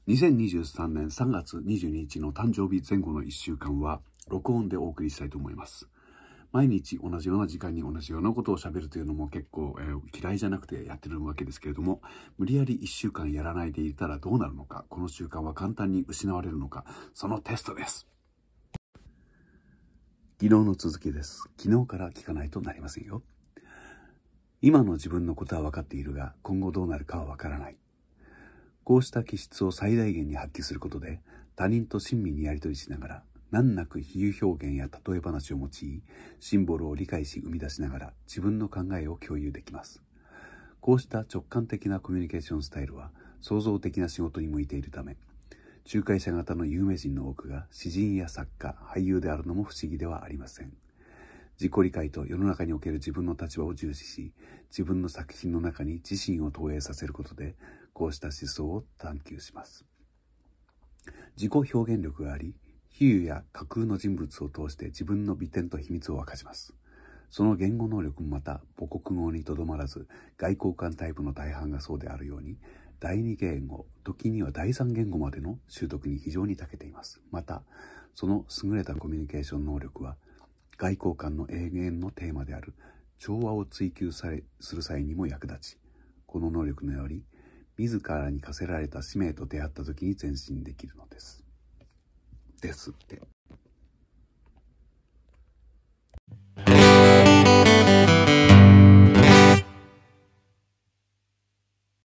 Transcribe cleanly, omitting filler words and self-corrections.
2023年3月22日の誕生日前後の1週間は録音でお送りしたいと思います。毎日同じような時間に同じようなことを喋るというのも結構、嫌いじゃなくてやってるわけですけれども、無理やり1週間やらないでいたらどうなるのか、この習慣は簡単に失われるのか、そのテストです。昨日の続きです。昨日から聞かないとなりませんよ。今の自分のことは分かっているが、今後どうなるかは分からない。こうした気質を最大限に発揮することで、他人と親身にやり取りしながら、難なく比喩表現や例え話を用い、シンボルを理解し生み出しながら自分の考えを共有できます。こうした直感的なコミュニケーションスタイルは、創造的な仕事に向いているため、仲介者型の有名人の多くが詩人や作家、俳優であるのも不思議ではありません。自己理解と世の中における自分の立場を重視し、自分の作品の中に自身を投影させることで、こうした思想を探求します。自己表現力があり、比喩や架空の人物を通して自分の美点と秘密を明かします。その言語能力もまた母国語にとどまらず、外交官タイプの大半がそうであるように、第二言語、時には第三言語までの習得に非常に長けています。また、その優れたコミュニケーション能力は、外交官の永遠のテーマである調和を追求する際にも役立ち、この能力のより、自らに課せられた使命と出会った時に前進できるのです。ですって。